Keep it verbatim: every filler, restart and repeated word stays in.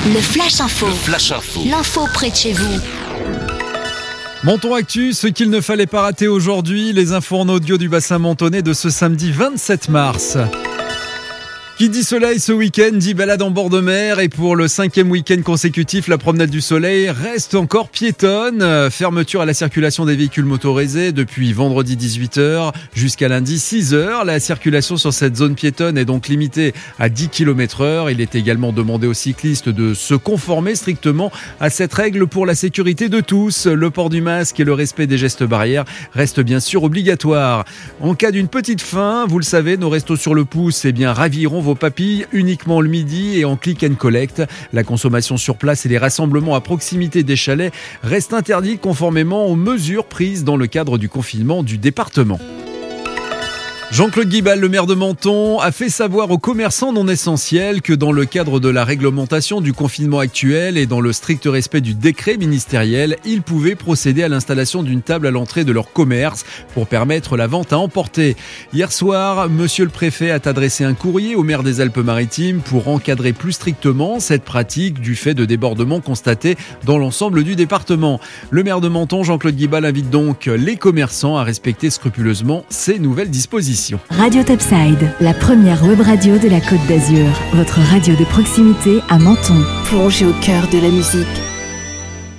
Le Flash Info. Le Flash Info. L'info près de chez vous. Menton Actu, ce qu'il ne fallait pas rater aujourd'hui, les infos en audio du bassin mentonais de ce samedi vingt-sept mars. Qui dit soleil ce week-end dit balade en bord de mer, et pour le cinquième week-end consécutif, la promenade du soleil reste encore piétonne. Fermeture à la circulation des véhicules motorisés depuis vendredi dix-huit heures jusqu'à lundi six heures. La circulation sur cette zone piétonne est donc limitée à dix kilomètres heure. Il est également demandé aux cyclistes de se conformer strictement à cette règle pour la sécurité de tous. Le port du masque et le respect des gestes barrières restent bien sûr obligatoires. En cas d'une petite faim, vous le savez, nos restos sur le pouce eh bien, raviront vos papilles uniquement le midi et en click and collect. La consommation sur place et les rassemblements à proximité des chalets restent interdits conformément aux mesures prises dans le cadre du confinement du département. Jean-Claude Guibal, le maire de Menton, a fait savoir aux commerçants non essentiels que dans le cadre de la réglementation du confinement actuel et dans le strict respect du décret ministériel, ils pouvaient procéder à l'installation d'une table à l'entrée de leur commerce pour permettre la vente à emporter. Hier soir, monsieur le préfet a adressé un courrier au maire des Alpes-Maritimes pour encadrer plus strictement cette pratique du fait de débordements constatés dans l'ensemble du département. Le maire de Menton, Jean-Claude Guibal, invite donc les commerçants à respecter scrupuleusement ces nouvelles dispositions. Radio Topside, la première web radio de la Côte d'Azur. Votre radio de proximité à Menton. Plongez au cœur de la musique.